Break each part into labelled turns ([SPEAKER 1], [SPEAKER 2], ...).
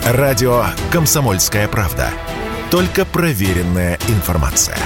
[SPEAKER 1] Радио «Комсомольская правда». Только проверенная информация.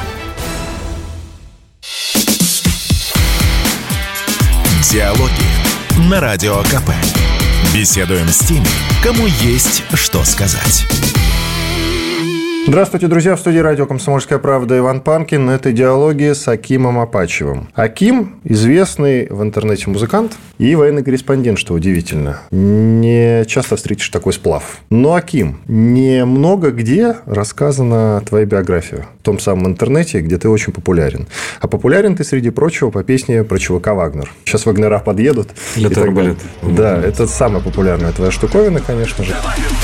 [SPEAKER 1] Диалоги на Радио КП. Беседуем с теми, кому есть что сказать.
[SPEAKER 2] Здравствуйте, друзья. В студии радио «Комсомольская правда» Иван Панкин. Это диалоги с Акимом Апачевым. Аким – известный в интернете музыкант и военный корреспондент, что удивительно. Не часто встретишь такой сплав. Но, Аким, немного где рассказана твоя биография. В том самом интернете, где ты очень популярен. А популярен ты, среди прочего, по песне про чувака Вагнер. Сейчас Вагнера подъедут.
[SPEAKER 3] Это арбалет.
[SPEAKER 2] Да, это самая популярная твоя штуковина, конечно же.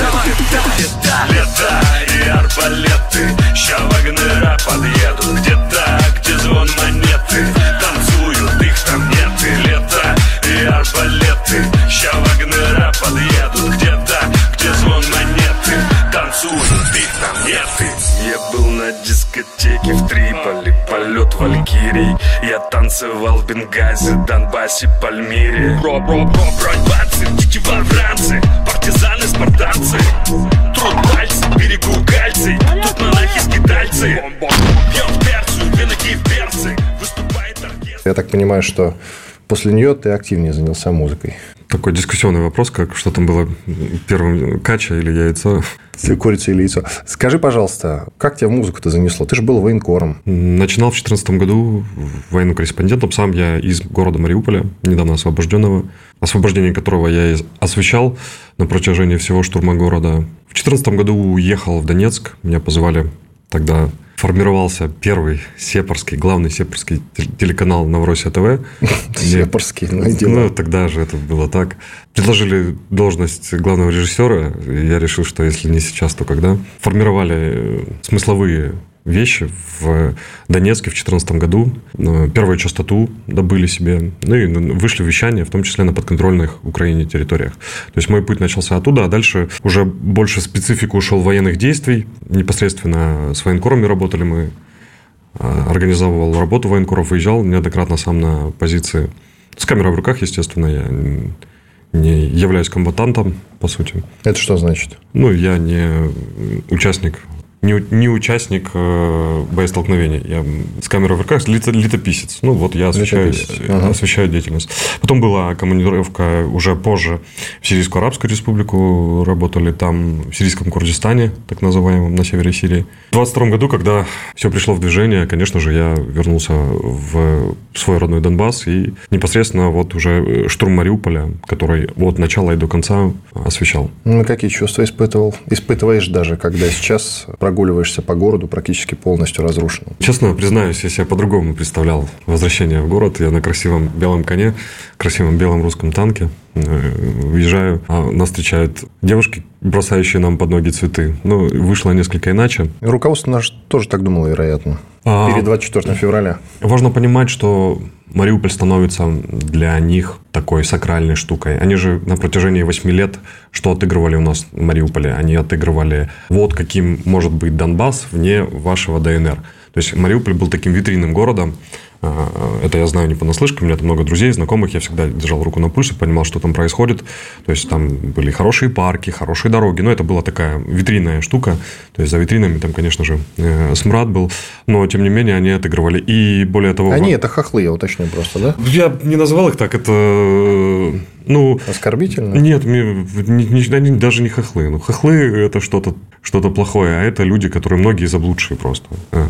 [SPEAKER 4] Арбалеты, ща Вагнера подъедут. Где-то, где звон монеты, танцуют, их там нет. И лето, и арбалеты, ща Вагнера подъедут. Где-то, где звон монеты, танцуют, их там нет. Я был на дискотеке в Триполи, полет валькирий. Я танцевал в Бенгази, Донбассе, Пальмире. Бронь братцы, тетива францы, партизаны, спартанцы. Труд пальцы, берегу кальций, тут монахи, скитальцы. Пьем перцию, виноки в перцы, выступает оркестр.
[SPEAKER 2] Я так понимаю, что после нее ты активнее занялся музыкой.
[SPEAKER 3] Такой дискуссионный вопрос, как что там было первым, кача или яйцо?
[SPEAKER 2] Курица или яйцо. Скажи, пожалуйста, как тебя в музыку-то занесло? Ты же был военкором.
[SPEAKER 3] Начинал в 2014 году военным корреспондентом. Сам я из города Мариуполя, недавно освобожденного, освобождение которого я освещал на протяжении всего штурма города. В 2014 году уехал в Донецк. Меня позывали тогда... Формировался первый сепарский, главный сепарский телеканал «Новороссия ТВ».
[SPEAKER 2] Сепарский,
[SPEAKER 3] ну, тогда же это было так. Предложили должность главного режиссера. Я решил, что если не сейчас, то когда. Формировали смысловые вещи в Донецке в 2014 году. Первую частоту добыли себе. Ну, и вышли вещания, в том числе на подконтрольных Украине территориях. То есть, мой путь начался оттуда, а дальше уже больше в специфику ушел военных действий. Непосредственно с военкорами работали мы. Организовывал работу военкоров, выезжал неоднократно сам на позиции. С камерой в руках, естественно, я не являюсь комбатантом, по сути.
[SPEAKER 2] Это что значит?
[SPEAKER 3] Ну, я не участник... Не участник боестолкновения. Я с камерой в руках, летописец. Ну, вот я освещаю деятельность. Потом была командировка уже позже в Сирийскую Арабскую Республику. Работали там в сирийском Курдистане, так называемом, на севере Сирии. В 2022 году, когда все пришло в движение, конечно же, я вернулся в свой родной Донбасс. И непосредственно вот уже штурм Мариуполя, который от начала и до конца освещал.
[SPEAKER 2] Ну, какие чувства испытываешь даже, когда сейчас... прогуливаешься по городу практически полностью разрушенным?
[SPEAKER 3] Честно признаюсь, я себе по-другому представлял возвращение в город. Я на красивом белом коне, красивом белом русском танке въезжаю, а нас встречают девушки, бросающие нам под ноги цветы. Ну, вышло несколько иначе.
[SPEAKER 2] И руководство наше тоже так думало, вероятно, перед 24 февраля.
[SPEAKER 3] Важно понимать, что Мариуполь становится для них такой сакральной штукой. Они же на протяжении 8 лет что отыгрывали у нас в Мариуполе? Они отыгрывали, вот каким может быть Донбасс вне вашего ДНР. То есть, Мариуполь был таким витринным городом. Это я знаю не понаслышке. У меня там много друзей, знакомых. Я всегда держал руку на пульсе, понимал, что там происходит. То есть, там были хорошие парки, хорошие дороги. Но это была такая витринная штука. То есть, за витринами там, конечно же, смрад был. Но, тем не менее, они отыгрывали. И более того...
[SPEAKER 2] Они это хохлы, я уточню просто, да?
[SPEAKER 3] Я не назвал их так. Это... Ну,
[SPEAKER 2] оскорбительно?
[SPEAKER 3] Нет, они даже не хохлы. Ну, хохлы – это что-то плохое. А это люди, которые многие заблудшие просто.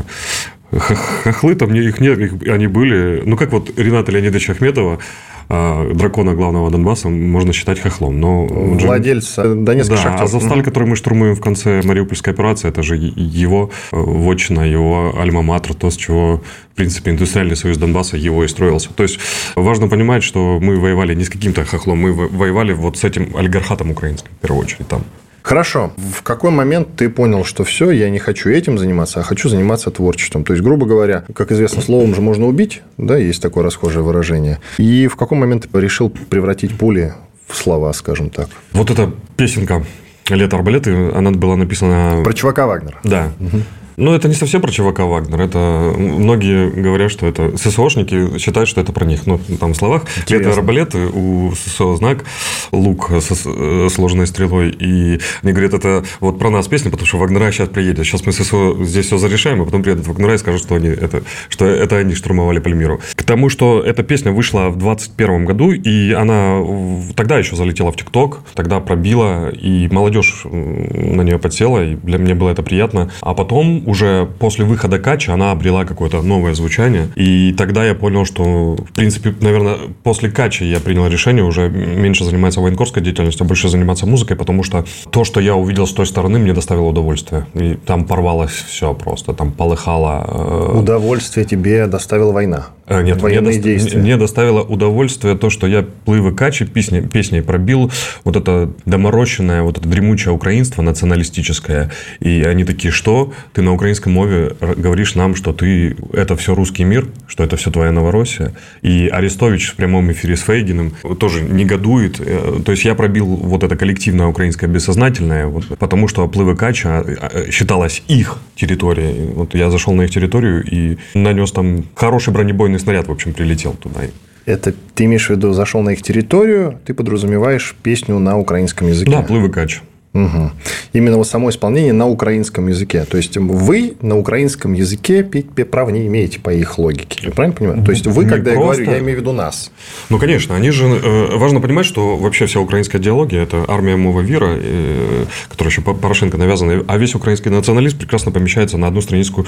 [SPEAKER 3] Хохлы там их нет, они были... Ну, как вот Рената Леонидовича Ахметова, дракона главного Донбасса, можно считать хохлом. Но
[SPEAKER 2] владельца Донецкого шахтера.
[SPEAKER 3] А Азовсталь, который мы штурмуем в конце Мариупольской операции, это же его вотчина, его альма-матер, то, с чего, в принципе, индустриальный союз Донбасса его и строился. То есть, важно понимать, что мы воевали не с каким-то хохлом, мы воевали вот с этим олигархатом украинским, в первую очередь, там.
[SPEAKER 2] Хорошо. В какой момент ты понял, что все, я не хочу этим заниматься, а хочу заниматься творчеством? То есть, грубо говоря, как известно, словом же можно убить, да, есть такое расхожее выражение. И в какой момент ты решил превратить пули в слова, скажем так?
[SPEAKER 3] Вот эта песенка «Лето арбалеты», она была написана...
[SPEAKER 2] Про чувака Вагнера.
[SPEAKER 3] Да. Ну, это не совсем про ЧВК «Вагнер». Это многие говорят, что это ССОшники считают, что это про них. Ну, там в словах. Это арбалеты, у ССО знак, лук со сложенной стрелой. И они говорят, это вот про нас песня, потому что Вагнера сейчас приедет. Сейчас мы ССО здесь все зарешаем, а потом приедут Вагнера и скажут, что это они штурмовали Пальмиру. К тому, что эта песня вышла в 2021 году, и она тогда еще залетела в ТикТок, тогда пробила, и молодежь на нее подсела, и для меня было это приятно. А потом, уже после выхода Качи, она обрела какое-то новое звучание, и тогда я понял, что, в принципе, наверное, после Качи я принял решение уже меньше заниматься военкорской деятельностью, а больше заниматься музыкой, потому что то, что я увидел с той стороны, мне доставило удовольствие. И там порвалось все просто, там полыхало.
[SPEAKER 2] Удовольствие тебе доставила война?
[SPEAKER 3] Нет, мне доставило удовольствие то, что я плывы Качи песней пробил вот это доморощенное, вот это дремучее украинство националистическое. И они такие, что? Ты на украинском мове говоришь нам, что ты это все русский мир, что это все твоя Новороссия. И Арестович в прямом эфире с Фейгиным тоже негодует. То есть я пробил вот это коллективное украинское бессознательное, вот, потому что плывы Качи считалось их территорией. Вот я зашел на их территорию и нанес там хороший бронебойный снаряд, в общем, прилетел туда.
[SPEAKER 2] Это ты имеешь в виду, зашел на их территорию, ты подразумеваешь песню на украинском языке?
[SPEAKER 3] Да, плывы Качи.
[SPEAKER 2] Угу. Именно вот само исполнение на украинском языке. То есть вы на украинском языке петь право не имеете по их логике. Я правильно понимаю? То есть вы, когда я говорю, я имею в виду нас.
[SPEAKER 3] Ну, конечно. Они же... Важно понимать, что вообще вся украинская идеология – это армия мова вира, которая еще Порошенко навязана. А весь украинский национализм прекрасно помещается на одну страничку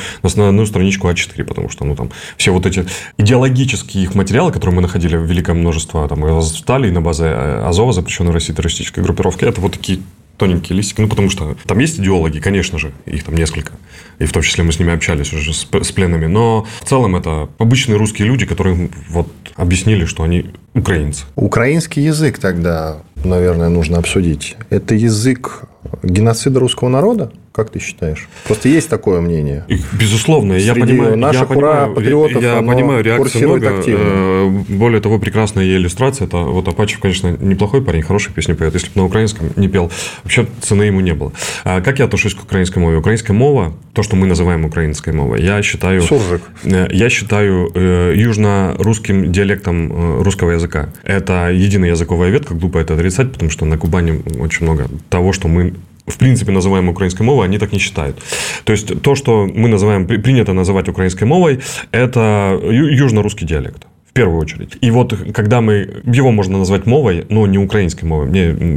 [SPEAKER 3] А4, потому что там все вот эти идеологические их материалы, которые мы находили в великое множество, там, Стали на базе Азова, запрещенной в России террористической группировки, это вот такие тоненькие листики, потому что там есть идеологи, конечно же, их там несколько, и в том числе мы с ними общались уже с пленными, но в целом это обычные русские люди, которые вот объяснили, что они украинцы.
[SPEAKER 2] Украинский язык тогда, наверное, нужно обсудить. Это язык геноцида русского народа? Как ты считаешь? Просто есть такое мнение.
[SPEAKER 3] Безусловно. Я понимаю реакцию много. Более того, прекрасная иллюстрация. Это вот Апачев, конечно, неплохой парень, хорошие песни поет. Если бы на украинском не пел, вообще цены ему не было. Как я отношусь к украинской мове? Украинская мова, то, что мы называем украинской мовой, я считаю южно-русским диалектом русского языка. Это единая языковая ветка, глупо это отрицать, потому что на Кубани очень много того, что мы в принципе называем украинской мовой, они так не считают. То есть то, что мы называем, принято называть украинской мовой, это южно-русский диалект. В первую очередь. И вот когда его можно назвать мовой, но не украинской мовой,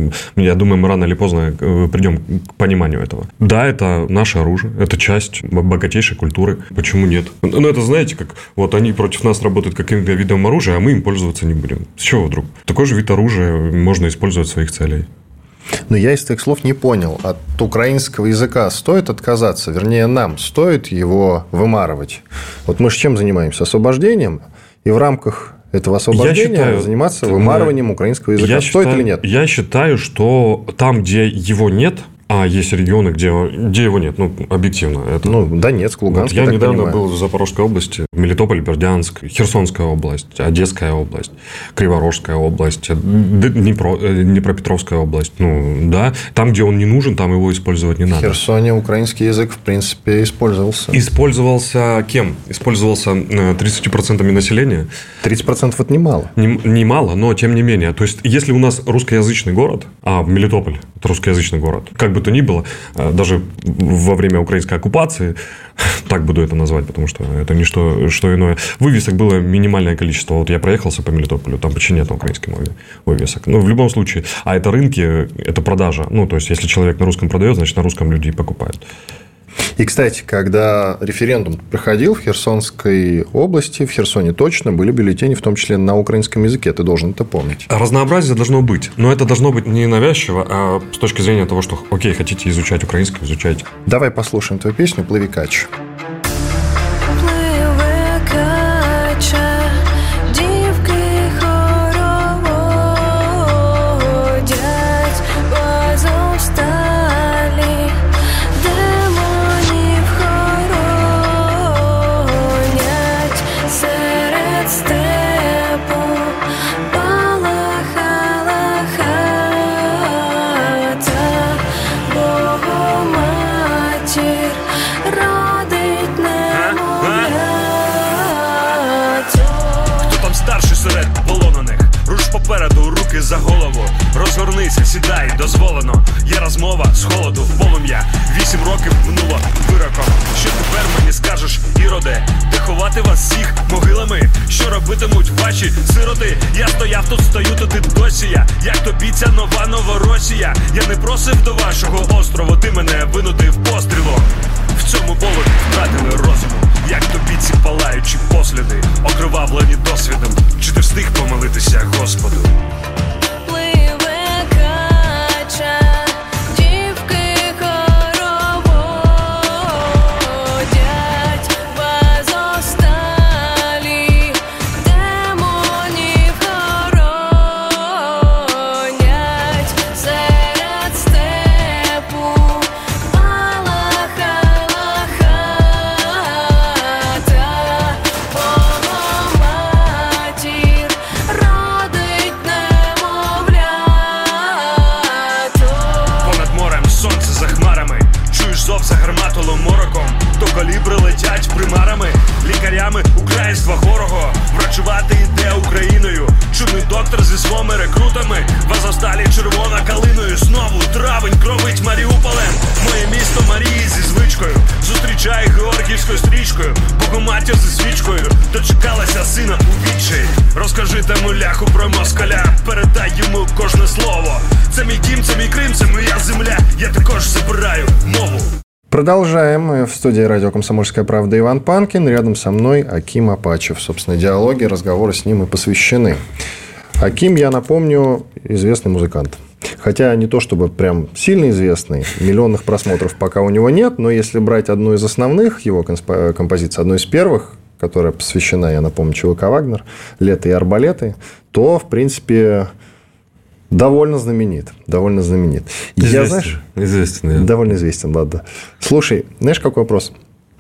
[SPEAKER 3] я думаю, мы рано или поздно придем к пониманию этого. Да, это наше оружие, это часть богатейшей культуры. Почему нет? Ну, это, знаете, как вот они против нас работают каким-то видом оружия, а мы им пользоваться не будем. С чего вдруг? Такой же вид оружия можно использовать в своих целях.
[SPEAKER 2] Но я из твоих слов не понял. От украинского языка стоит отказаться? Вернее, нам стоит его вымарывать? Вот мы же чем занимаемся? Освобождением? И в рамках этого освобождения заниматься вымарыванием украинского языка. Стоит или нет?
[SPEAKER 3] Я считаю, что там, где его нет... А есть регионы, где его нет, объективно. Это...
[SPEAKER 2] Донецк, Луганск.
[SPEAKER 3] Вот я недавно был в Запорожской области, Мелитополь, Бердянск, Херсонская область, Одесская область, Криворожская область, Днепропетровская область. Там, где он не нужен, там его использовать не надо.
[SPEAKER 2] В Херсоне украинский язык, в принципе, использовался.
[SPEAKER 3] Использовался кем? Использовался 30% населения.
[SPEAKER 2] 30% это немало.
[SPEAKER 3] Немало, но тем не менее. То есть, если у нас русскоязычный город, а Мелитополь – это русскоязычный город, как бы то ни было, даже во время украинской оккупации, так буду это назвать, потому что это не что иное, вывесок было минимальное количество. Вот я проехался по Мелитополю, там почти нет на украинской мове вывесок. В любом случае, а это рынки, это продажа. То есть, если человек на русском продает, значит, на русском люди и покупают.
[SPEAKER 2] И, кстати, когда референдум проходил в Херсонской области, в Херсоне точно были бюллетени, в том числе на украинском языке, ты должен это помнить.
[SPEAKER 3] Разнообразие должно быть, но это должно быть не навязчиво, а с точки зрения того, что, окей, хотите изучать украинский, изучайте.
[SPEAKER 2] Давай послушаем твою песню «Плыви Качи».
[SPEAKER 5] Рад
[SPEAKER 4] руки за голову. Розгорнися, сідай, дозволено. Є розмова з холоду в полум'я. 8 років минуло вироком. Що тепер мені скажеш, іроде? Де ховати вас всіх могилами? Що робитимуть ваші сироти? Я стояв тут, стою тут і досі я. Як тобі ця нова Новоросія? Я не просив до вашого острову, ти мене винудив пострілом. В цьому полі втратили розуму. Як тобі ці палаючі посліди, окривавлені досвідом? Чи ти встиг помилитися Господу? За гарматолом мороком, то калібри летять примарами, лікарями українства хорого. Врачувати йде Україною, чудний доктор зі своїми рекрутами. В Азовсталі червона калиною. Знову травень кровить Маріуполем. Моє місто Марії зі звичкою зустрічає георгіївською стрічкою. Богоматір зі свічкою дочекалася сина у відчаї. Розкажи тому ляху про москаля, передай йому кожне слово. Це мій дім, це мій Крим, це моя земля. Я також забираю мову.
[SPEAKER 2] Продолжаем. В студии радио «Комсомольская правда» Иван Панкин. Рядом со мной Аким Апачев. Собственно, диалоги, разговоры с ним и посвящены. Аким, я напомню, известный музыкант. Хотя не то, чтобы прям сильно известный. Миллионных просмотров пока у него нет. Но если брать одну из основных его композиций, одну из первых, которая посвящена, я напомню, ЧВК «Вагнер», «Лето и арбалеты», то, в принципе... Довольно знаменит. Известен,
[SPEAKER 3] я, знаешь, известен. Я.
[SPEAKER 2] Довольно известен, ладно. Слушай, знаешь, какой вопрос?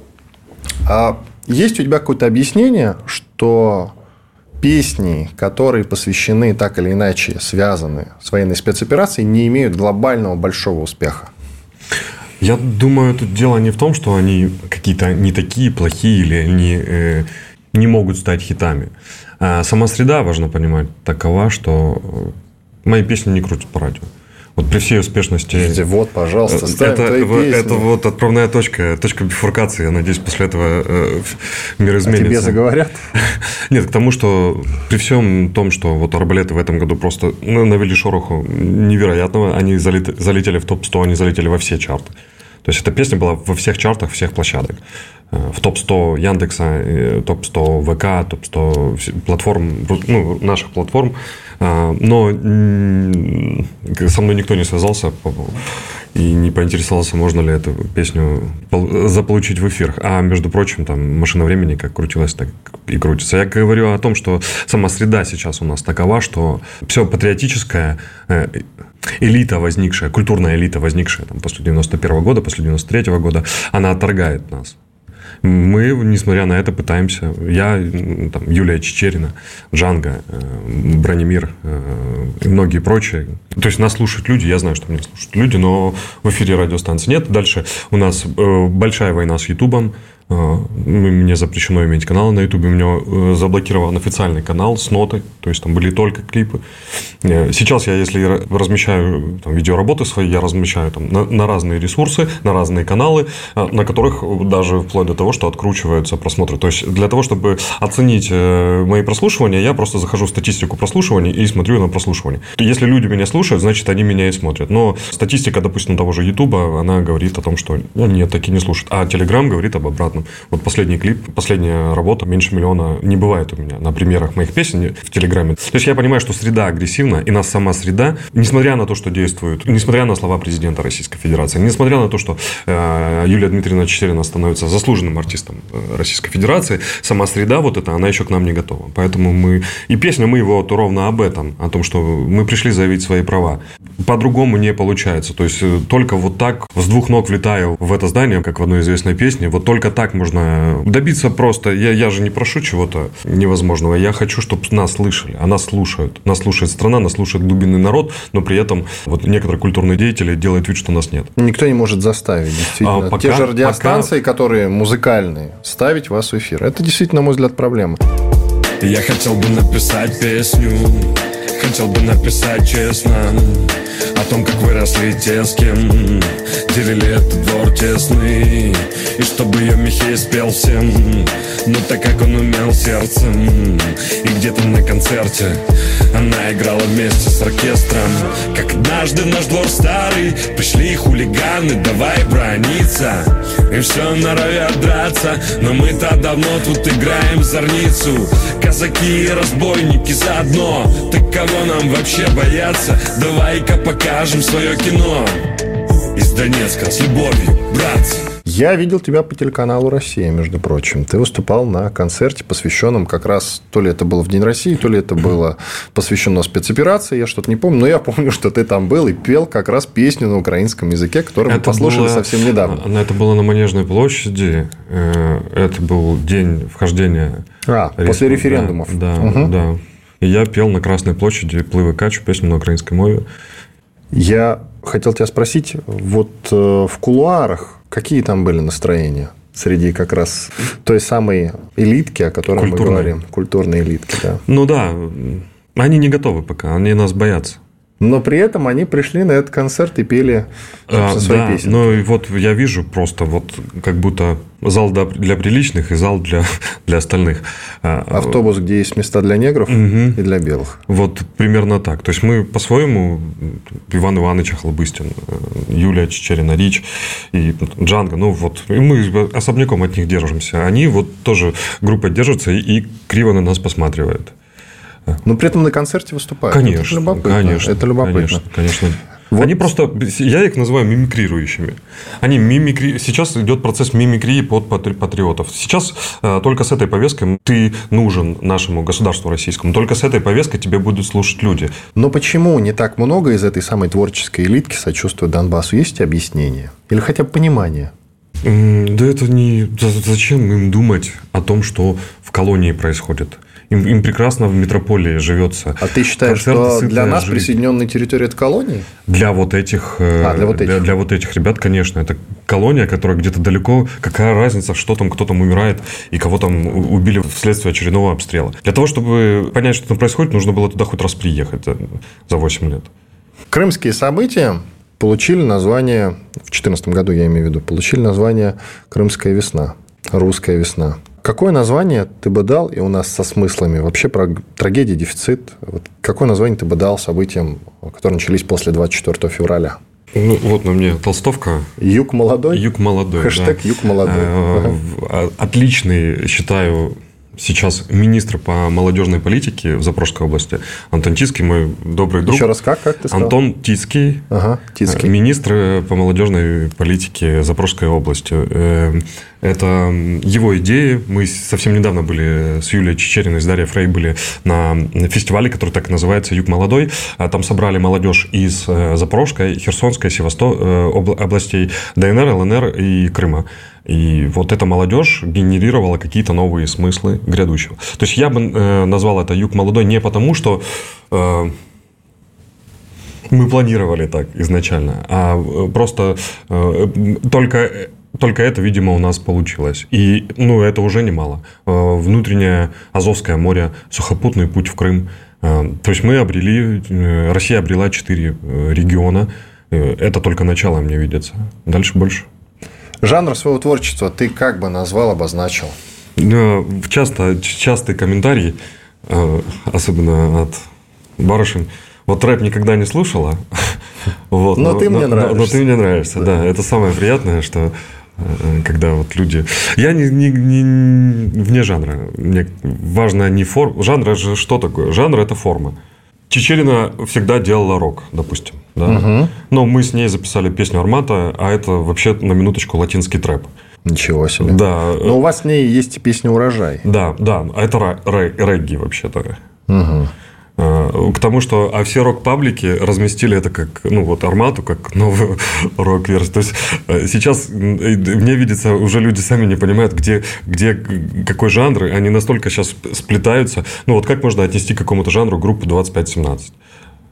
[SPEAKER 2] А есть у тебя какое-то объяснение, что песни, которые посвящены так или иначе, связаны с военной спецоперацией, не имеют глобального большого успеха?
[SPEAKER 3] Я думаю, тут дело не в том, что они какие-то не такие плохие или они не могут стать хитами. А сама среда, важно понимать, такова, что... Мои песни не крутят по радио. Вот при всей успешности...
[SPEAKER 2] Вот, пожалуйста, ставим твои песни.
[SPEAKER 3] Это вот отправная точка бифуркации. Я надеюсь, после этого мир изменится.
[SPEAKER 2] А тебе заговорят?
[SPEAKER 3] Нет, к тому, что при всем том, что вот арбалеты в этом году просто навели шороху невероятного. Они залетели в топ-100, они залетели во все чарты. То есть, эта песня была во всех чартах, всех площадок. В топ-100 Яндекса, топ-100 ВК, топ-100 платформ, наших платформ. Но со мной никто не связался и не поинтересовался, можно ли эту песню заполучить в эфир. А, между прочим, там «Машина времени» как крутилась, так и крутится. Я говорю о том, что сама среда сейчас у нас такова, что все патриотическое, элита возникшая, культурная элита возникшая там, после 91 года, после 93 года, она отторгает нас. Мы, несмотря на это, пытаемся. Я, там, Юлия Чичерина, Джанго, Бранимир и многие прочие. То есть, нас слушают люди. Я знаю, что меня слушают люди, но в эфире радиостанции нет. Дальше у нас большая война с Ютубом. Мне запрещено иметь канал на Ютубе. У меня заблокирован официальный канал с нотой. То есть, там были только клипы. Сейчас я, если размещаю там, видеоработы свои, я размещаю там, на разные ресурсы, на разные каналы, на которых даже вплоть до того, что откручиваются просмотры. То есть, для того, чтобы оценить мои прослушивания, я просто захожу в статистику прослушиваний и смотрю на прослушивание. Если люди меня слушают, значит, они меня и смотрят. Но статистика, допустим, того же Ютуба, она говорит о том, что нет, таки не слушают. А Телеграм говорит об обратном. Вот последний клип, последняя работа, меньше миллиона не бывает у меня на премьерах моих песен в Телеграме. То есть, я понимаю, что среда агрессивна, и нас сама среда, несмотря на то, что действует, несмотря на слова президента Российской Федерации, несмотря на то, что Юлия Дмитриевна Чичерина становится заслуженным артистом Российской Федерации, сама среда вот эта, она еще к нам не готова. Поэтому мы... И песня мы вот ровно об этом, о том, что мы пришли заявить свои права. По-другому не получается. То есть, только вот так, с двух ног влетая в это здание, как в одной известной песне, вот только так можно добиться просто... Я же не прошу чего-то невозможного. Я хочу, чтобы нас слышали. А нас слушают. Нас слушает страна, нас слушает глубинный народ, но при этом вот некоторые культурные деятели делают вид, что нас нет.
[SPEAKER 2] Никто не может заставить, действительно. Те же радиостанции, которые музыкальные, ставить вас в эфир. Это действительно, на мой взгляд, проблема.
[SPEAKER 5] Я хотел бы написать песню,
[SPEAKER 4] хотел бы написать честно о том, как выросли те, с кем делили этот двор тесный, и чтобы ее Михей спел всем, но так как он умел сердцем. И где-то на концерте она играла вместе с оркестром. Как однажды в наш двор старый пришли хулиганы, давай браниться, и все норовят драться, но мы-то давно тут играем в зорницу. Казаки и разбойники заодно, так кого нам вообще бояться? Давай-ка покажем свое кино из Донецка с любовью, братцы.
[SPEAKER 2] Я видел тебя по телеканалу «Россия», между прочим. Ты выступал на концерте, посвященном как раз... То ли это было в День России, то ли это было посвящено спецоперации. Я что-то не помню. Но я помню, что ты там был и пел как раз песню на украинском языке, которую мы послушали совсем недавно.
[SPEAKER 3] Это было на Манежной площади. Это был день вхождения...
[SPEAKER 2] после референдумов.
[SPEAKER 3] Да. И я пел на Красной площади «Пливи качу» песню на украинской мове.
[SPEAKER 2] Я хотел тебя спросить, вот в кулуарах какие там были настроения среди как раз той самой элитки, о которой мы говорим? Культурной элитки, да.
[SPEAKER 3] Ну да, они не готовы пока, они нас боятся.
[SPEAKER 2] Но при этом они пришли на этот концерт и пели свои песни.
[SPEAKER 3] Ну и вот я вижу просто вот как будто зал для приличных и зал для остальных.
[SPEAKER 2] Автобус, где есть места для негров и для белых.
[SPEAKER 3] Вот примерно так. То есть мы по-своему, Иван Иванович Охлобыстин, Юлия Чичерина-Рич и Джанго, ну вот, и мы особняком от них держимся. Они вот тоже группой держатся и криво на нас посматривают.
[SPEAKER 2] Но при этом на концерте выступают.
[SPEAKER 3] Конечно.
[SPEAKER 2] Это любопытно.
[SPEAKER 3] Конечно,
[SPEAKER 2] это любопытно.
[SPEAKER 3] Конечно.
[SPEAKER 2] Вот.
[SPEAKER 3] Они просто, я их называю мимикрирующими. Сейчас идет процесс мимикрии под патриотов. Сейчас только с этой повесткой ты нужен нашему государству российскому. Только с этой повесткой тебя будут слушать люди.
[SPEAKER 2] Но почему не так много из этой самой творческой элитки сочувствует Донбассу? Есть объяснение? Или хотя бы понимание?
[SPEAKER 3] Да это не... Зачем им думать о том, что в колонии происходит? Им прекрасно в метрополии живется.
[SPEAKER 2] А ты считаешь, что для нас присоединенная территория – это колония?
[SPEAKER 3] Для вот этих ребят, конечно. Это колония, которая где-то далеко. Какая разница, что там, кто там умирает и кого там убили вследствие очередного обстрела. Для того, чтобы понять, что там происходит, нужно было туда хоть раз приехать за 8 лет.
[SPEAKER 2] Крымские события получили название, в 2014 году, я имею в виду, получили название «Крымская весна», «Русская весна». Какое название ты бы дал, и у нас со смыслами, вообще про трагедию, дефицит, вот какое название ты бы дал событиям, которые начались после 24 февраля?
[SPEAKER 3] Ну, вот на мне толстовка.
[SPEAKER 2] Юг молодой?
[SPEAKER 3] Юг молодой,
[SPEAKER 2] Хэштег
[SPEAKER 3] да.
[SPEAKER 2] Юг молодой.
[SPEAKER 3] Отличный, считаю, сейчас министр по молодежной политике в Запорожской области Антон Тицкий, мой добрый друг.
[SPEAKER 2] Еще раз, как ты сказал?
[SPEAKER 3] Антон Тицкий,
[SPEAKER 2] Тицкий,
[SPEAKER 3] министр по молодежной политике Запорожской области. Это его идеи. Мы совсем недавно были с Юлией Чичериной, с Дарьей Фрей были на фестивале, который так и называется «Юг молодой». Там собрали молодежь из Запорожской, Херсонской, Севастопольской областей, ДНР, ЛНР и Крыма. И вот эта молодежь генерировала какие-то новые смыслы грядущего. То есть я бы назвал это «Юг молодой» не потому, что мы планировали так изначально, а просто только это, видимо, у нас получилось. И это уже немало. Внутреннее Азовское море, сухопутный путь в Крым. То есть Россия обрела 4 региона. Это только начало, мне видится. Дальше больше.
[SPEAKER 2] Жанр своего творчества ты как бы назвал, обозначил?
[SPEAKER 3] Частый комментарий, особенно от барышень. Вот рэп никогда не слушала.
[SPEAKER 2] Но ты мне нравишься.
[SPEAKER 3] Но ты мне нравишься, да. Это самое приятное, что когда вот люди... Я не вне жанра. Мне важно не форма. Жанр же что такое? Жанр – это форма. Чичерина всегда делала рок, допустим. Да? Но мы с ней записали песню «Армата», а это вообще, на минуточку, латинский трэп.
[SPEAKER 2] Ничего себе.
[SPEAKER 3] Да.
[SPEAKER 2] Но у вас с ней есть и песня «Урожай».
[SPEAKER 3] Да. А это регги вообще-то. К тому, что все рок-паблики разместили это как, «Армату», как новую рок-версию. То есть сейчас мне видится, уже люди сами не понимают, где какой жанр, они настолько сейчас сплетаются. Как можно отнести к какому-то жанру группу 2517?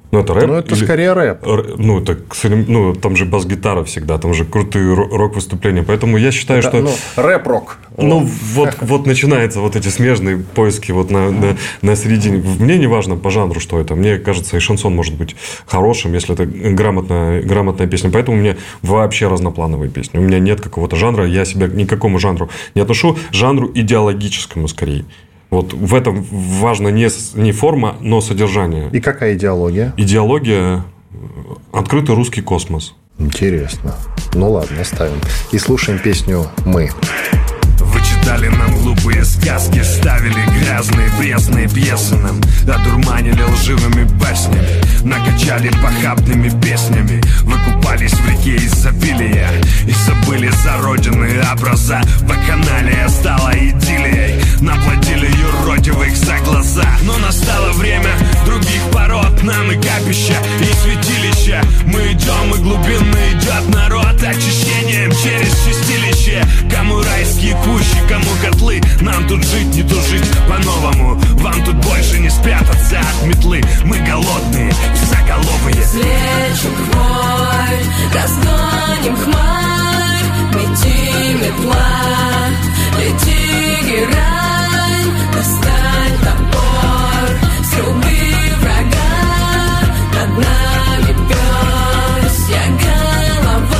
[SPEAKER 3] Ну, это рэп?
[SPEAKER 2] Ну, это скорее рэп.
[SPEAKER 3] Ну, там же бас-гитара всегда, там же крутые рок-выступления. Поэтому я считаю, что...
[SPEAKER 2] рэп-рок.
[SPEAKER 3] Ну, вот начинаются вот эти смежные поиски вот на середине. Мне не важно по жанру, что это. Мне кажется, и шансон может быть хорошим, если это грамотная песня. Поэтому у меня вообще разноплановые песни. У меня нет какого-то жанра, я себя ни к какому жанру не отношу. Жанру идеологическому скорее. Вот в этом важно не форма, но содержание.
[SPEAKER 2] И какая идеология?
[SPEAKER 3] Идеология – открытый русский космос.
[SPEAKER 2] Интересно. Ну ладно, оставим. И слушаем песню «Мы».
[SPEAKER 4] Вы читали нам глупые сказки, ставили грязные пресные пьесы нам, одурманили лживыми баснями, накачали похабными песнями. Вы купались в реке изобилия и забыли зароденные образа. Вакханалия стала идиллией, наплодили юродивых за глаза. Но настало время других пород, нам и капища, и святилища. Мы идем, и глубинно идет народ, очищением через чистилище. Кому райские кущи, кому котлы, нам тут жить, не тужить по-новому. Вам тут больше не спрятаться от метлы. Мы голодные, заголовые.
[SPEAKER 5] Слечу хвой, разгоним хмарь, мети метла, лети герань, достань топор, сруби врага, над нами пёсья голова.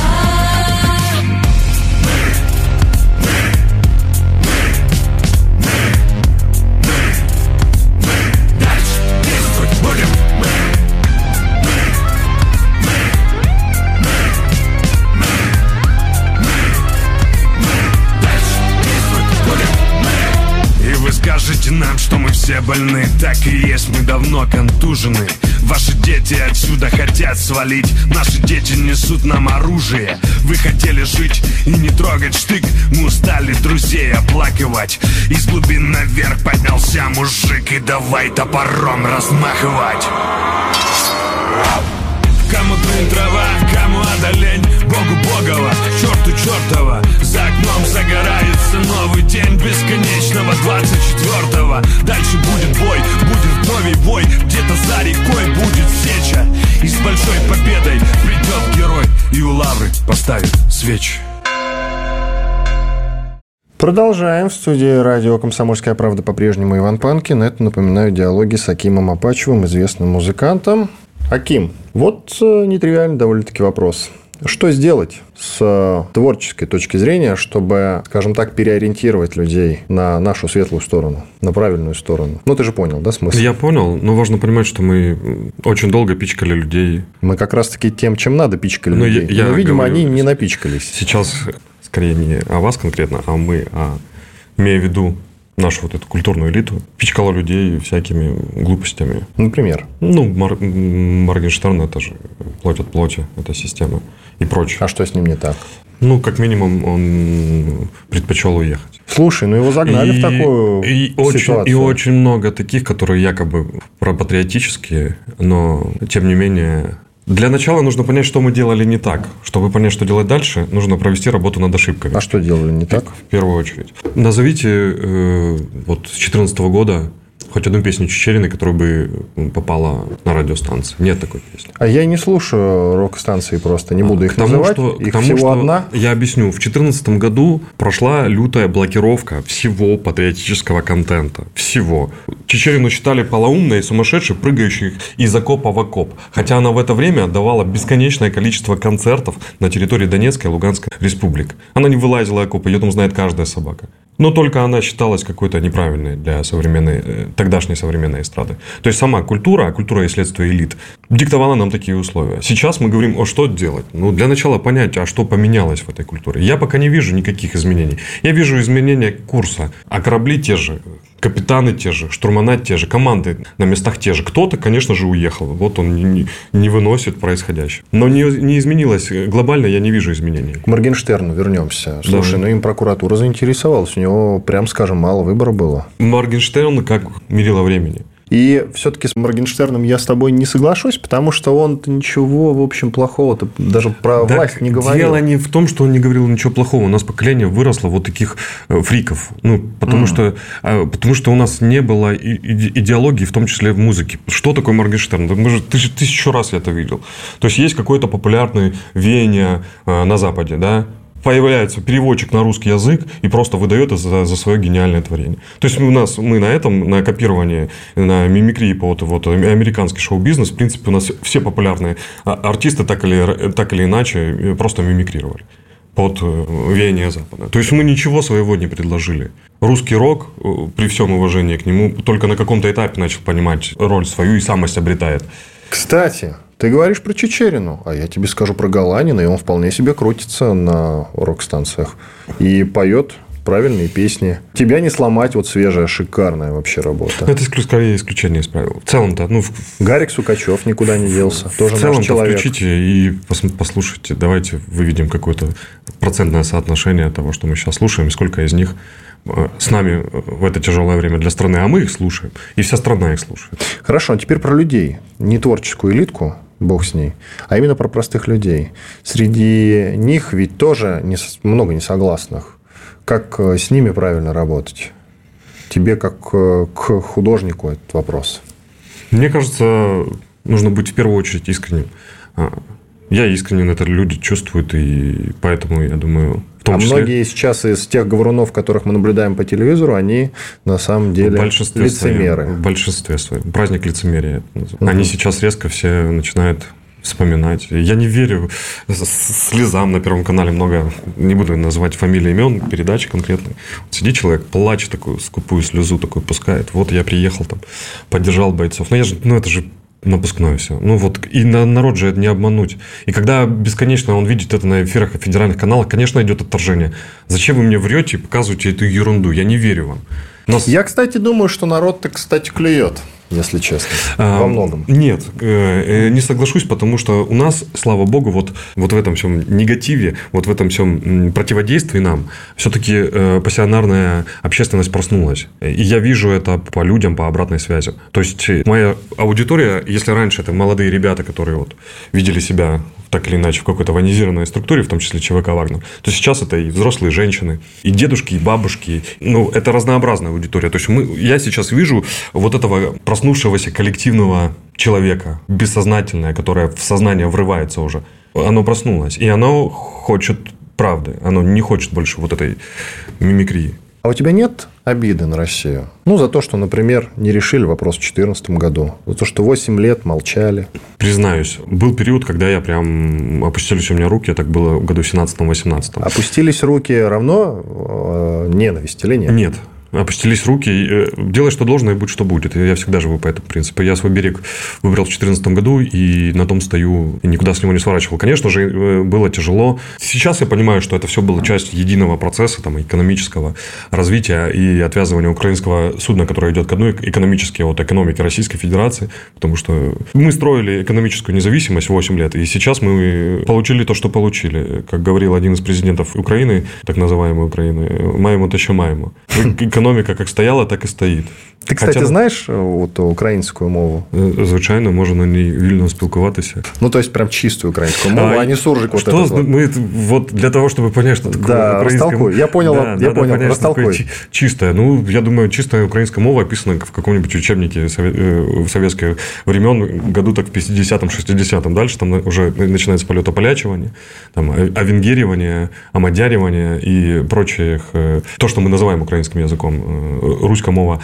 [SPEAKER 4] Скажите нам, что мы все больны. Так и есть, мы давно контужены. Ваши дети отсюда хотят свалить. Наши дети несут нам оружие. Вы хотели жить и не трогать штык. Мы устали друзей оплакивать. Из глубин наверх поднялся мужик. И давай топором размахивать. Кому дым трава, кому одолень, Богу Богова, черту чертова. За окном загорается новый день бесконечного 24-го. Дальше будет бой, будет новый вой. Где-то за рекой будет сеча. И с большой победой придет герой и у лавры поставит свечи.
[SPEAKER 2] Продолжаем. В студии радио «Комсомольская правда» по-прежнему Иван Панкин. Это, напоминаю, диалоги с Акимом Апачевым, известным музыкантом. Аким, вот нетривиальный довольно-таки вопрос. Что сделать с творческой точки зрения, чтобы, скажем так, переориентировать людей на нашу светлую сторону, на правильную сторону? Ну, ты же понял, да, смысл?
[SPEAKER 3] Я понял, но важно понимать, что мы очень долго пичкали людей.
[SPEAKER 2] Мы как раз-таки тем, чем надо, пичкали людей. Но, видимо, они не напичкались.
[SPEAKER 3] Сейчас скорее не о вас конкретно, а мы, имея в виду нашу вот эту культурную элиту, пичкала людей всякими глупостями.
[SPEAKER 2] Например?
[SPEAKER 3] Ну, Моргенштерн – это же плоть от плоти, это система и прочее.
[SPEAKER 2] А что с ним не так?
[SPEAKER 3] Ну, как минимум, он предпочел уехать.
[SPEAKER 2] Слушай, ну его загнали в такую ситуацию.
[SPEAKER 3] И очень много таких, которые якобы пропатриотические, но, тем не менее... Для начала нужно понять, что мы делали не так. Чтобы понять, что делать дальше, нужно провести работу над ошибками.
[SPEAKER 2] А что делали не так?
[SPEAKER 3] В первую очередь. Назовите вот с 2014 года хоть одну песню Чичериной, которая бы попала на радиостанции. Нет такой песни.
[SPEAKER 2] А я не слушаю рок-станции просто, не буду их называть. Их всего одна.
[SPEAKER 3] Я объясню. В 2014 году прошла лютая блокировка всего патриотического контента. Всего. Чичерину считали полоумной и сумасшедшей, прыгающей из окопа в окоп. Хотя она в это время отдавала бесконечное количество концертов на территории Донецкой и Луганской республик. Она не вылазила из окопа, ее там знает каждая собака. Но только она считалась какой-то неправильной для тогдашней современной эстрады. То есть сама культура и следствие элит диктовала нам такие условия. Сейчас мы говорим, что делать? Ну, для начала понять, а что поменялось в этой культуре. Я пока не вижу никаких изменений. Я вижу изменения курса. А корабли те же, капитаны те же, штурмана те же, команды на местах те же. Кто-то, конечно же, уехал. Вот он не выносит происходящее. Но не изменилось. Глобально я не вижу изменений.
[SPEAKER 2] К Моргенштерну вернемся. Слушай, ну им прокуратура заинтересовалась. У него, прям скажем, мало выбора было.
[SPEAKER 3] Моргенштерн как мерило времени.
[SPEAKER 2] И все-таки с Моргенштерном я с тобой не соглашусь, потому что он-то ничего, в общем, плохого-то даже про власть не говорил.
[SPEAKER 3] Дело не в том, что он не говорил ничего плохого. У нас поколение выросло вот таких фриков. Потому что у нас не было идеологии, в том числе в музыке. Что такое Моргенштерн? Ты же 1000 раз я это видел. То есть, есть какое-то популярное веяние на Западе, да? Появляется переводчик на русский язык и просто выдает это за свое гениальное творение. То есть, мы на копировании, на мимикрии по американский шоу-бизнес, в принципе, у нас все популярные артисты так или иначе просто мимикрировали под веяние Запада. То есть, мы ничего своего не предложили. Русский рок, при всем уважении к нему, только на каком-то этапе начал понимать роль свою и самость обретает.
[SPEAKER 2] Кстати, ты говоришь про Чичерину, а я тебе скажу про Галанина, и он вполне себе крутится на рок-станциях и поет правильные песни. «Тебя не сломать» вот свежая, шикарная вообще работа.
[SPEAKER 3] Это скорее исключение из правил. В целом-то...
[SPEAKER 2] Гарик Сукачев никуда не делся. Тоже
[SPEAKER 3] в целом-то
[SPEAKER 2] наш человек.
[SPEAKER 3] Включите и послушайте. Давайте выведем какое-то процентное соотношение того, что мы сейчас слушаем, и сколько из них с нами в это тяжелое время для страны, а мы их слушаем, и вся страна их слушает.
[SPEAKER 2] Хорошо, а теперь про людей. Не творческую элитку, бог с ней, а именно про простых людей. Среди них ведь тоже много несогласных. Как с ними правильно работать? Тебе, как к художнику, этот вопрос.
[SPEAKER 3] Мне кажется, нужно быть в первую очередь искренним. Я искренен, это люди чувствуют, и поэтому, я думаю, в том числе...
[SPEAKER 2] многие сейчас из тех говорунов, которых мы наблюдаем по телевизору, они на самом деле лицемеры.
[SPEAKER 3] В большинстве своем. Праздник лицемерия. Они сейчас резко все начинают вспоминать. Я не верю слезам на Первом канале много, не буду называть фамилии, имен, передачи конкретные. Сидит человек, плачет, такую скупую слезу такую пускает. Вот я приехал там, поддержал бойцов. Это же напускное все. И народ же это не обмануть. И когда бесконечно он видит это на эфирах федеральных каналах, конечно, идет отторжение. Зачем вы мне врете и показываете эту ерунду? Я не верю вам.
[SPEAKER 2] Я, кстати, думаю, что народ-то, кстати, клюет, если честно, во многом.
[SPEAKER 3] Нет, не соглашусь, потому что у нас, слава богу, вот в этом всем негативе, вот в этом всем противодействии нам, все-таки пассионарная общественность проснулась. И я вижу это по людям, по обратной связи. То есть, моя аудитория, если раньше это молодые ребята, которые видели себя так или иначе в какой-то военизированной структуре, в том числе ЧВК «Вагнер», то сейчас это и взрослые женщины, и дедушки, и бабушки. Это разнообразная аудитория. То есть, я сейчас вижу вот этого проснувшегося коллективного человека, бессознательное, которое в сознание врывается уже. Оно проснулось, и оно хочет правды. Оно не хочет больше вот этой мимикрии.
[SPEAKER 2] А у тебя нет обиды на Россию? За то, что, например, не решили вопрос в 2014 году. За то, что 8 лет молчали.
[SPEAKER 3] Признаюсь, был период, когда я прям опустились у меня руки. Так было в году 17-18.
[SPEAKER 2] Опустились руки равно ненависть или нет?
[SPEAKER 3] Нет. Опустились руки, делай, что должно, и будь, что будет. Я всегда живу по этому принципу. Я свой берег выбрал в 2014 году, и на том стою, и никуда с него не сворачивал. Конечно же, было тяжело. Сейчас я понимаю, что это все было часть единого процесса экономического развития и отвязывания украинского судна, которое идет ко дну, экономически от экономики Российской Федерации. Потому что мы строили экономическую независимость 8 лет, и сейчас мы получили то, что получили. Как говорил один из президентов Украины, так называемой Украины, «Маємо те, що маємо». Економіка як стояла, так і стоїть.
[SPEAKER 2] Ти, кстати, знаєш українську мову?
[SPEAKER 3] Звичайно, можна на ній вільно спілкуватися.
[SPEAKER 2] То есть, прям чистую украинскую мову, а не суржик вот этот.
[SPEAKER 3] Вот для того, чтобы понять, что такое украинская мова.
[SPEAKER 2] Я понял, растолкуй.
[SPEAKER 3] Чистая. Я думаю, чистая украинская мова описана в каком-нибудь учебнике советских времен, году так в 50-м, 60-м. Дальше там уже начинается полетополячивание, авенгеривание, амадяривание и прочее. То, что мы называем украинским языком. Русская мова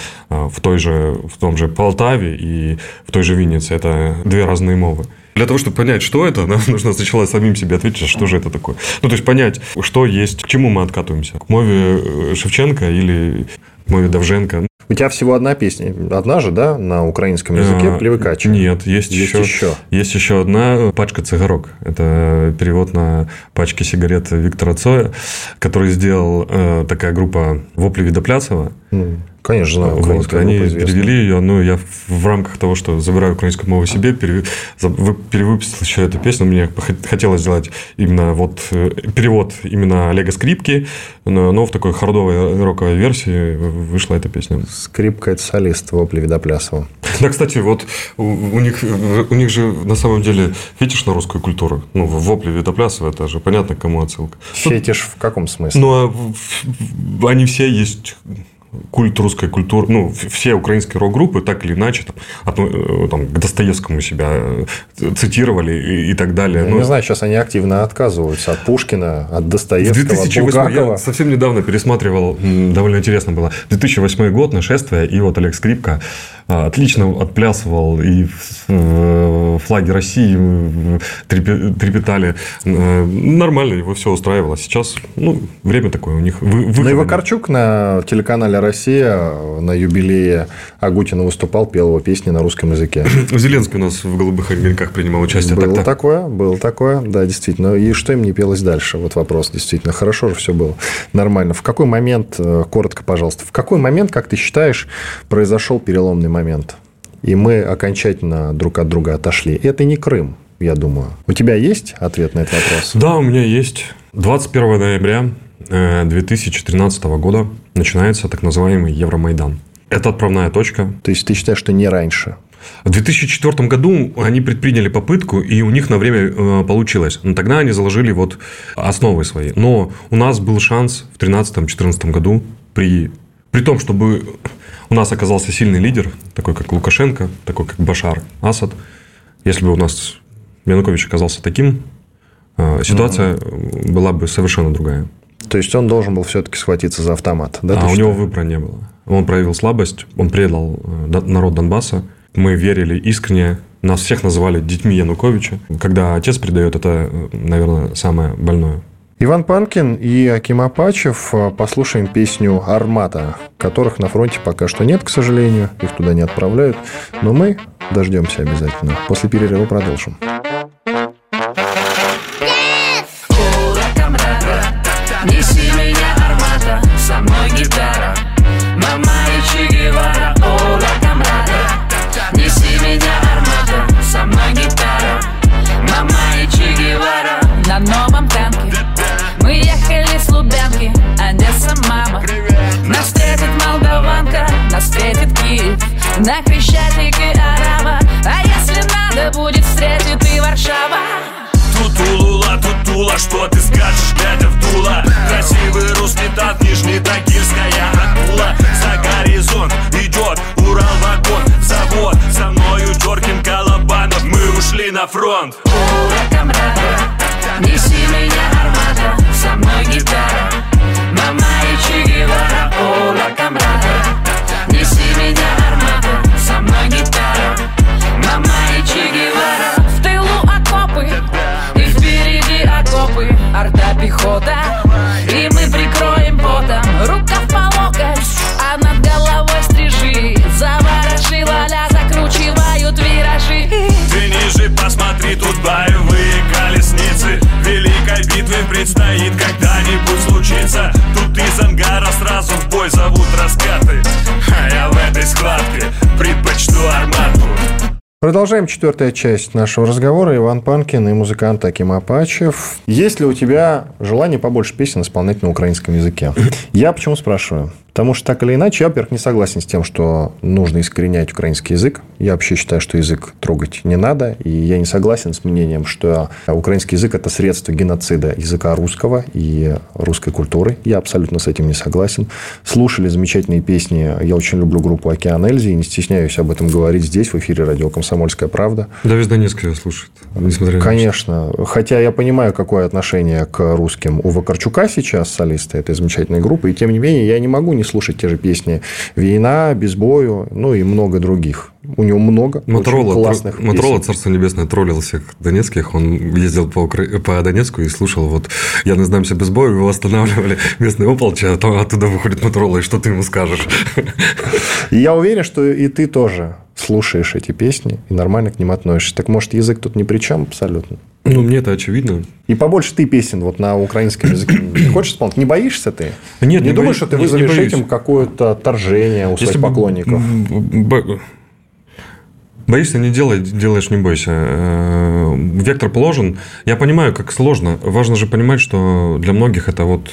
[SPEAKER 3] в том же Полтаве и в той же Виннице. Это две разные мовы. Для того, чтобы понять, что это, нам нужно сначала самим себе ответить, что же это такое. То есть, понять, что есть, к чему мы откатываемся. К мове Шевченко или к мове Довженко.
[SPEAKER 2] У тебя всего одна песня. Одна же, да, на украинском языке «Привыкачи».
[SPEAKER 3] Нет, есть еще одна «Пачка цигарок». Это перевод на пачки сигарет Виктора Цоя, который сделал такая группа «Вопли Видоплясова».
[SPEAKER 2] Конечно, знаю.
[SPEAKER 3] Вот, они перевели ее, но я в рамках того, что забираю украинскую мову себе, перевыпустил еще эту песню. Мне хотелось сделать именно вот перевод именно Олега Скрипки, но в такой хардовой роковой версии вышла эта песня.
[SPEAKER 2] Скрипка – это солист Вопли Видоплясова.
[SPEAKER 3] Да, кстати, вот у них же на самом деле фетиш на русскую культуру. Ну, Вопли Видоплясова, это же понятно, к кому отсылка.
[SPEAKER 2] Фетиш в каком смысле?
[SPEAKER 3] Ну, они все есть... Культ русской культуры, ну, все украинские рок-группы так или иначе там, к Достоевскому себя цитировали и так далее.
[SPEAKER 2] Я не знаю, сейчас они активно отказываются от Пушкина, от Достоевского, от Булгакова.
[SPEAKER 3] Я совсем недавно пересматривал, довольно интересно было, 2008 год, «Нашествие», и вот Олег Скрипка отлично отплясывал, и флаги России трепетали. Нормально, его все устраивало. Сейчас, время такое у них.
[SPEAKER 2] Ну, и Вакарчук на телеканале «Россия» на юбилее Агутина выступал, пел его песни на русском языке.
[SPEAKER 3] Зеленский у нас в «Голубых огоньках» принимал участие.
[SPEAKER 2] Было такое, да, действительно. И что им не пелось дальше? Вот вопрос, действительно. Хорошо же все было. Нормально. В какой момент, коротко, пожалуйста, в какой момент, как ты считаешь, произошел переломный момент? И мы окончательно друг от друга отошли. Это не Крым, я думаю. У тебя есть ответ на этот вопрос?
[SPEAKER 3] Да, у меня есть. 21 ноября 2013 года начинается так называемый Евромайдан. Это отправная точка.
[SPEAKER 2] То есть, ты считаешь, что не раньше?
[SPEAKER 3] В 2004 году они предприняли попытку, и у них на время получилось. Но тогда они заложили вот основы свои. Но у нас был шанс в 2013-2014 году при том, чтобы у нас оказался сильный лидер, такой как Лукашенко, такой как Башар Асад. Если бы у нас Янукович оказался таким, ситуация была бы совершенно другая.
[SPEAKER 2] То есть, он должен был все-таки схватиться за автомат, да?
[SPEAKER 3] А у него выбора не было. Он проявил слабость, он предал народ Донбасса. Мы верили искренне. Нас всех называли детьми Януковича. Когда отец предает, это, наверное, самое больное.
[SPEAKER 2] Иван Панкин и Аким Апачев. Послушаем песню «Армата», которых на фронте пока что нет, к сожалению. Их туда не отправляют. Но мы дождемся обязательно. После перерыва продолжим.
[SPEAKER 5] Неси меня, армата, со мной гитара. Мама и Че Гевара, ола, камрада. Неси меня, армата, со мной гитара. Мама и Че Гевара. На новом танке мы ехали с Лубянки, Одесса, мама. Нас встретит молдаванка, нас встретит Киев, на Крещатике арава. А если надо будет, встретит и Варшава.
[SPEAKER 4] Тутула, что ты скажешь, глядя в дуло? Красивый русский танк, Нижнетагильская акула. За горизонт идет Урал-вагон, завод. Со мною Джоркин, Колобанов, мы ушли на фронт.
[SPEAKER 5] Ура, камрада, неси меня, армата, со мной гитара. Мама и Че Гевара, ура, камрада. Неси меня, армата, со мной гитара. Мама и Че Гевара. В тылу окопы, и впереди окопы, орда пехота. И мы прикроем потом, рукав по локоть, а над головой стрижи. Заворожи, ля-ля, закручивают виражи.
[SPEAKER 4] Ты ниже посмотри, тут боевые колесницы. Великой битвы предстоит когда-нибудь случиться. Тут из ангара сразу в бой зовут раскаты. А я в этой схватке предпочту армату.
[SPEAKER 2] Продолжаем четвертая часть нашего разговора. Иван Панкин и музыкант Аким Апачев. Есть ли у тебя желание побольше песен исполнять на украинском языке? Я почему спрашиваю? Потому что так или иначе, я, во-первых, не согласен с тем, что нужно искоренять украинский язык. Я вообще считаю, что язык трогать не надо. И я не согласен с мнением, что украинский язык – это средство геноцида языка русского и русской культуры. Я абсолютно с этим не согласен. Слушали замечательные песни. Я очень люблю группу «Океан Эльзи» и не стесняюсь об этом говорить здесь, в эфире радио «Комсомольская правда».
[SPEAKER 3] Да, весь Донецк ее слушает. Несмотря на
[SPEAKER 2] Конечно. Хотя я понимаю, какое отношение к русским у Вакарчука сейчас, солиста этой замечательной группы. И тем не менее, я не могу не слушать те же песни «Война», «Без бою», ну и много других. У него много очень классных песен.
[SPEAKER 3] Моторола, царство небесное, троллил всех донецких. Он ездил по Донецку и слушал вот «Я не сдамся без боя», его останавливали местные ополчи, а то оттуда выходит Моторола, и что ты ему скажешь?
[SPEAKER 2] И я уверен, что и ты тоже слушаешь эти песни и нормально к ним относишься. Так может, язык тут ни при чем абсолютно?
[SPEAKER 3] Ну, мне это очевидно.
[SPEAKER 2] И побольше ты песен вот на украинском языке не хочешь исполнить? Не боишься ты?
[SPEAKER 3] Нет,
[SPEAKER 2] не думаешь, что ты вызовешь
[SPEAKER 3] боюсь.
[SPEAKER 2] этим какое-то отторжение у своих поклонников?
[SPEAKER 3] Боишься, не делай, делаешь, не бойся. Вектор положен. Я понимаю, как сложно. Важно же понимать, что для многих это вот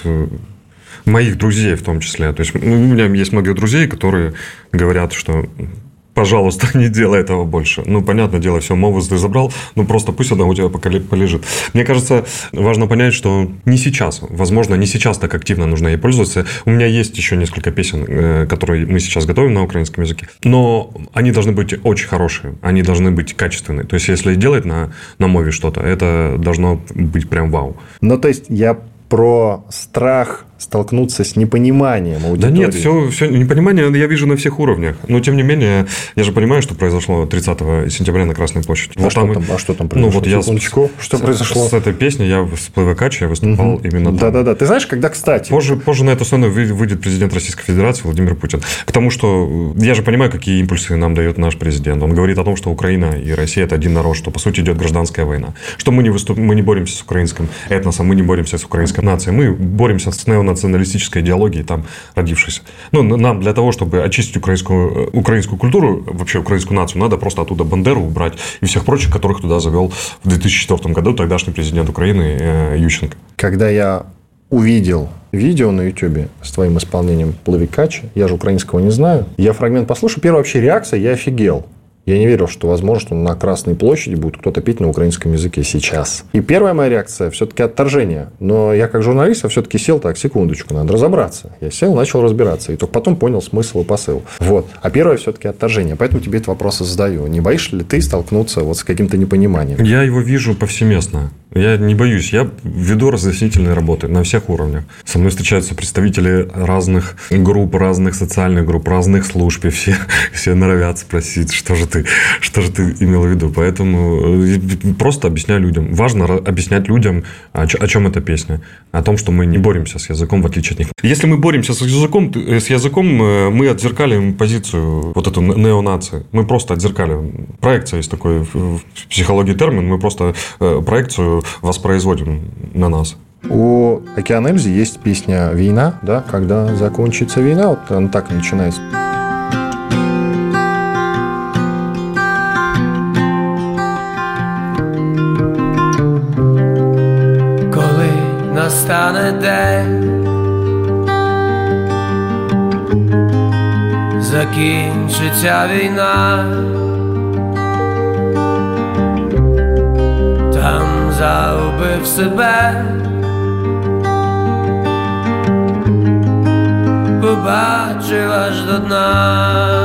[SPEAKER 3] моих друзей в том числе. То есть, у меня есть много друзей, которые говорят, что... Пожалуйста, не делай этого больше. Ну, понятное дело, все, молодость ты забрал, ну, просто пусть она у тебя пока полежит. Мне кажется, важно понять, что не сейчас, возможно, не сейчас так активно нужно ей пользоваться. У меня есть еще несколько песен, которые мы сейчас готовим на украинском языке, но они должны быть очень хорошие, они должны быть качественные. То есть, если делать на мове что-то, это должно быть прям вау.
[SPEAKER 2] Ну, то есть, я про страх столкнуться с непониманием аудитории.
[SPEAKER 3] Да нет, все непонимание я вижу на всех уровнях. Но, тем не менее, я же понимаю, что произошло 30 сентября на Красной площади.
[SPEAKER 2] А что там произошло?
[SPEAKER 3] Ну, вот я
[SPEAKER 2] что произошло?
[SPEAKER 3] С этой песней я с ПВК я выступал именно там.
[SPEAKER 2] Да-да-да. Ты знаешь, когда, кстати...
[SPEAKER 3] Позже на эту сцену выйдет президент Российской Федерации Владимир Путин. Потому что я же понимаю, какие импульсы нам дает наш президент. Он говорит о том, что Украина и Россия – это один народ, что, по сути, идет гражданская война. Что мы не боремся с украинским этносом, мы не боремся с украинской нацией, мы боремся с неонационалистической идеологией, там, родившейся. Ну, нам для того, чтобы очистить украинскую культуру, вообще украинскую нацию, надо просто оттуда Бандеру убрать и всех прочих, которых туда завел в 2004 году тогдашний президент Украины Ющенко.
[SPEAKER 2] Когда я увидел видео на YouTube с твоим исполнением «Плавикачи», я же украинского не знаю, я фрагмент послушал, первая вообще реакция, я офигел. Я не верил, что возможно, что на Красной площади будет кто-то петь на украинском языке сейчас. И первая моя реакция все-таки отторжение. Но я как журналист все-таки сел так, секундочку, надо разобраться. Я сел, начал разбираться. И только потом понял смысл и посыл. Вот. А первое все-таки отторжение. Поэтому тебе этот вопрос задаю. Не боишься ли ты столкнуться вот с каким-то непониманием?
[SPEAKER 3] Я его вижу повсеместно. Я не боюсь. Я веду разъяснительные работы на всех уровнях. Со мной встречаются представители разных групп, разных социальных групп, разных служб. И все норовят спросить, что же ты имел в виду. Поэтому просто объясняю людям. Важно объяснять людям, о чем эта песня. О том, что мы не боремся с языком, в отличие от них. Если мы боремся с языком, мы отзеркалим позицию вот эту неонации. Мы просто отзеркаливаем. Проекция есть такой в психологии термин. Мы просто проекцию воспроизводим на нас.
[SPEAKER 2] У Океан Эльзы есть песня «Война», да, когда закончится война, вот она так и начинается.
[SPEAKER 5] Коли настане день, закінчиться війна, там загубив себе, побачив аж до дна.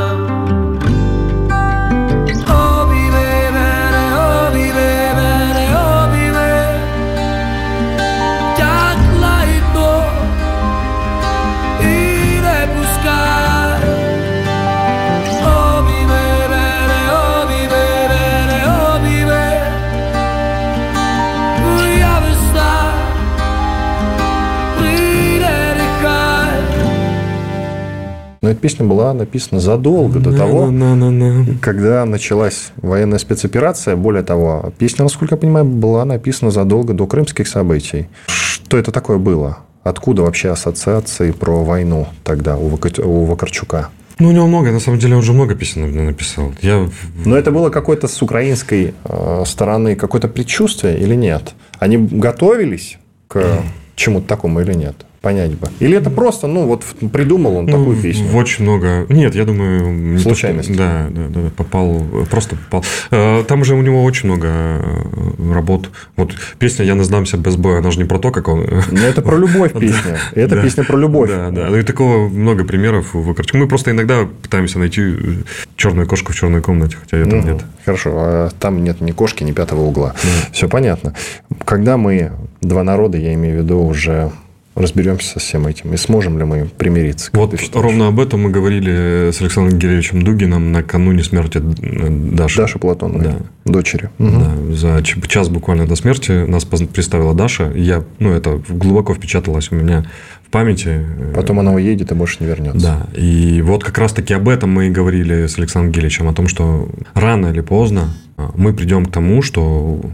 [SPEAKER 2] Но эта песня была написана задолго до того, когда началась военная спецоперация. Более того, песня, насколько я понимаю, была написана задолго до крымских событий. Что это такое было? Откуда вообще ассоциации про войну тогда у Вакарчука?
[SPEAKER 3] Ну, у него много, на самом деле, он уже много песен написал.
[SPEAKER 2] Но это было какое-то с украинской стороны какое-то предчувствие или нет? Они готовились к чему-то такому или нет? Понять бы. Или это просто, придумал он такую песню?
[SPEAKER 3] Очень много. Нет, я думаю...
[SPEAKER 2] Случайность.
[SPEAKER 3] Да, просто попал. Там же у него очень много работ. Вот песня «Я не сдамся без боя», она же не про то, как он...
[SPEAKER 2] Но это про любовь песня. Это песня про любовь.
[SPEAKER 3] Да. И такого много примеров у Вакарчука. Мы просто иногда пытаемся найти черную кошку в черной комнате, хотя ее там нет.
[SPEAKER 2] Хорошо. А там нет ни кошки, ни пятого угла. Все понятно. Когда мы, два народа, я имею в виду, уже... разберемся со всем этим. И сможем ли мы примириться?
[SPEAKER 3] Вот ровно об этом мы говорили с Александром Георгиевичем Дугиным накануне смерти Даши.
[SPEAKER 2] Даши Платоновой,
[SPEAKER 3] да.
[SPEAKER 2] Дочери.
[SPEAKER 3] Да, за час буквально до смерти нас представила Даша. Это глубоко впечаталось у меня в памяти.
[SPEAKER 2] Потом она уедет и больше не вернется.
[SPEAKER 3] Да. И вот как раз-таки об этом мы и говорили с Александром Георгиевичем. О том, что рано или поздно мы придем к тому, что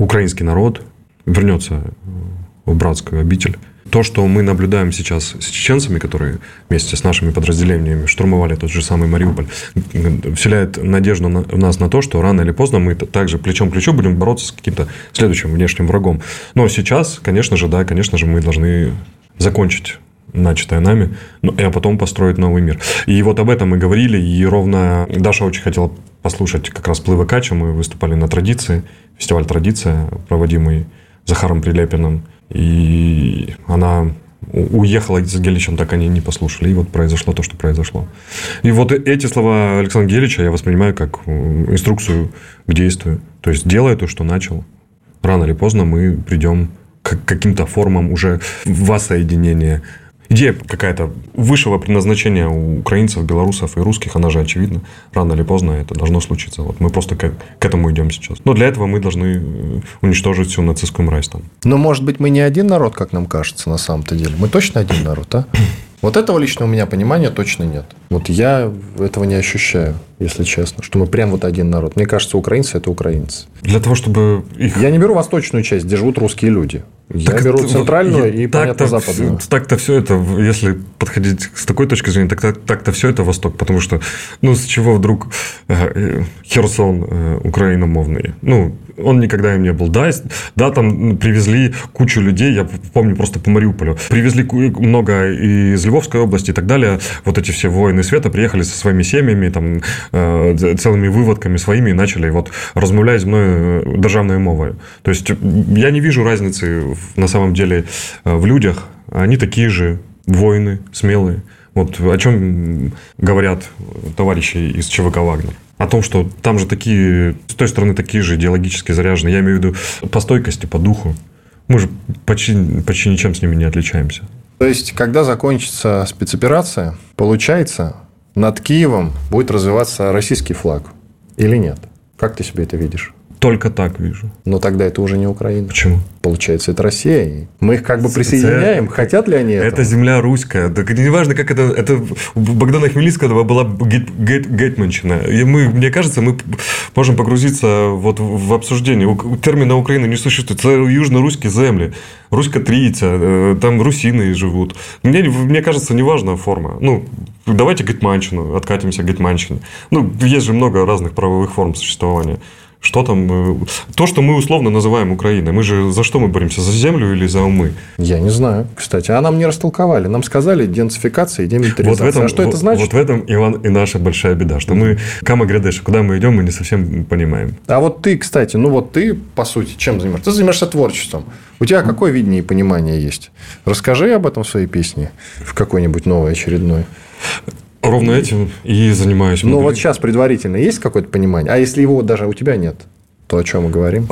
[SPEAKER 3] украинский народ вернется в братскую обитель. То, что мы наблюдаем сейчас с чеченцами, которые вместе с нашими подразделениями штурмовали тот же самый Мариуполь, вселяет надежду в нас на то, что рано или поздно мы также плечом к плечу будем бороться с каким-то следующим внешним врагом. Но сейчас, конечно же, мы должны закончить начатое нами, а потом построить новый мир. И вот об этом мы говорили, и ровно Даша очень хотела послушать как раз «Плывы Кача». Мы выступали на «Традиции», фестиваль «Традиция», проводимый Захаром Прилепиным. И она уехала с Геличем, так они не послушали. И вот произошло то, что произошло. И вот эти слова Александра Гелича я воспринимаю как инструкцию к действию. То есть, делай то, что начал. Рано или поздно мы придем к каким-то формам уже воссоединения. Идея какая-то высшего предназначения у украинцев, белорусов и русских, она же очевидна. Рано или поздно это должно случиться. Вот мы просто к этому идем сейчас. Но для этого мы должны уничтожить всю нацистскую мразь там.
[SPEAKER 2] Но, может быть, мы не один народ, как нам кажется, на самом-то деле. Мы точно один народ, а? Вот этого лично у меня понимания точно нет. Вот я этого не ощущаю, если честно, что мы прям вот один народ. Мне кажется, украинцы – это украинцы.
[SPEAKER 3] Для того, чтобы их...
[SPEAKER 2] Я не беру восточную часть, где живут русские люди. Я беру центральную и, понятно, западную.
[SPEAKER 3] Так-то все это, если подходить с такой точки зрения, так-то все это Восток. Потому что, с чего вдруг Херсон украиномовный? Он никогда им не был. Да, там привезли кучу людей, я помню просто по Мариуполю. Привезли много из Львовской области и так далее. Вот эти все воины света приехали со своими семьями, там, целыми выводками своими и начали размовлять с мной державной мовой. То есть, я не вижу разницы на самом деле в людях. Они такие же воины, смелые. Вот о чем говорят товарищи из ЧВК «Вагнер». О том, что там же с той стороны такие же идеологически заряженные. Я имею в виду по стойкости, по духу. Мы же почти ничем с ними не отличаемся.
[SPEAKER 2] То есть, когда закончится спецоперация, получается, над Киевом будет развиваться российский флаг или нет? Как ты себе это видишь?
[SPEAKER 3] Только так вижу.
[SPEAKER 2] Но тогда это уже не Украина.
[SPEAKER 3] Почему?
[SPEAKER 2] Получается, это Россия. И мы их как бы присоединяем. Хотят ли они этого?
[SPEAKER 3] Это земля русская. Так неважно, как это... Это у Богдана Хмельницкого была гетманщина. И мне кажется, мы можем погрузиться в обсуждение. Термина Украины не существует. Это южно-русские земли. Руська Трійця, там русины живут. Мне кажется, неважна форма. Давайте гетманщину, откатимся к гетманщине. Есть же много разных правовых форм существования. Что там? То, что мы условно называем Украиной. Мы же за что мы боремся? За землю или за умы?
[SPEAKER 2] Я не знаю. Кстати, а нам не растолковали. Нам сказали денацификация и демилитаризация. А что это значит?
[SPEAKER 3] Вот в этом, Иван, и наша большая беда. Что мы, кама грядеш, куда мы идем, мы не совсем понимаем.
[SPEAKER 2] А вот ты, кстати, ты, по сути, чем занимаешься? Ты занимаешься творчеством. У тебя какое видение и понимание есть? Расскажи об этом в своей песне. В какой-нибудь новой, очередной.
[SPEAKER 3] Ровно этим и занимаюсь.
[SPEAKER 2] Вот сейчас предварительно есть какое-то понимание? А если его даже у тебя нет, то о чем мы говорим?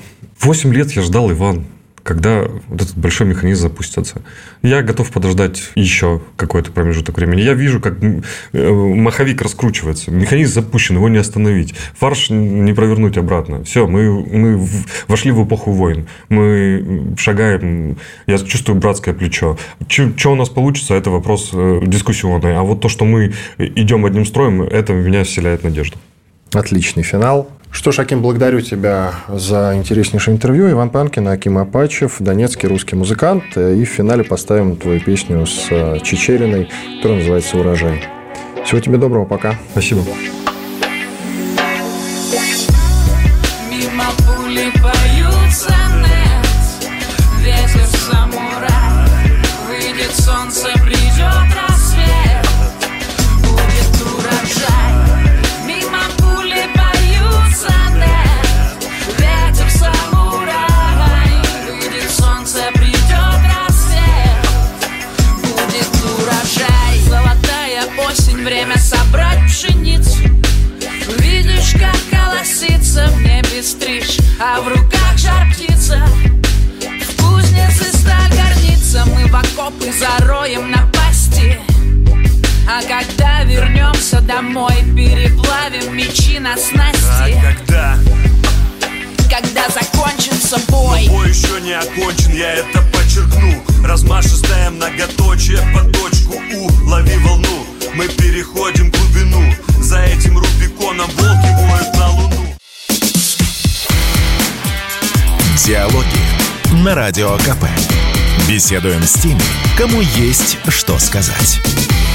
[SPEAKER 3] 8 лет я ждал, Иван, когда вот этот большой механизм запустится. Я готов подождать еще какой-то промежуток времени. Я вижу, как маховик раскручивается. Механизм запущен, его не остановить. Фарш не провернуть обратно. Все, мы вошли в эпоху войн. Мы шагаем. Я чувствую братское плечо. Что у нас получится, это вопрос дискуссионный. А вот то, что мы идем одним строем, это в меня вселяет надежду.
[SPEAKER 2] Отличный финал. Что ж, Аким, благодарю тебя за интереснейшее интервью. Иван Панкин, Аким Апачев, донецкий русский музыкант. И в финале поставим твою песню с Чичериной, которая называется «Урожай». Всего тебе доброго, пока.
[SPEAKER 3] Спасибо.
[SPEAKER 5] Мимо пули поют сонет, ветер самурай, выйдет солнце, придет рассвет, будет урожай. Мимо пули поют сонет, ветер самурай, выйдет солнце, придет рассвет, будет урожай. Золотая осень, время собрать пшеницу. Видишь, как колосится в небе стриж, а в руках жар птица. В кузнице сталь горнится, мы в окопы зароем напасти. А когда вернемся домой, переплавим мечи на снасти.
[SPEAKER 4] А
[SPEAKER 5] когда закончится бой.
[SPEAKER 4] Но бой еще не окончен, я это подчеркну. Размашистая многоточие по точку У. Лови волну, мы переходим глубину. За этим Рубиконом волки воют на луну.
[SPEAKER 1] Радио КП. Беседуем с теми, кому есть что сказать.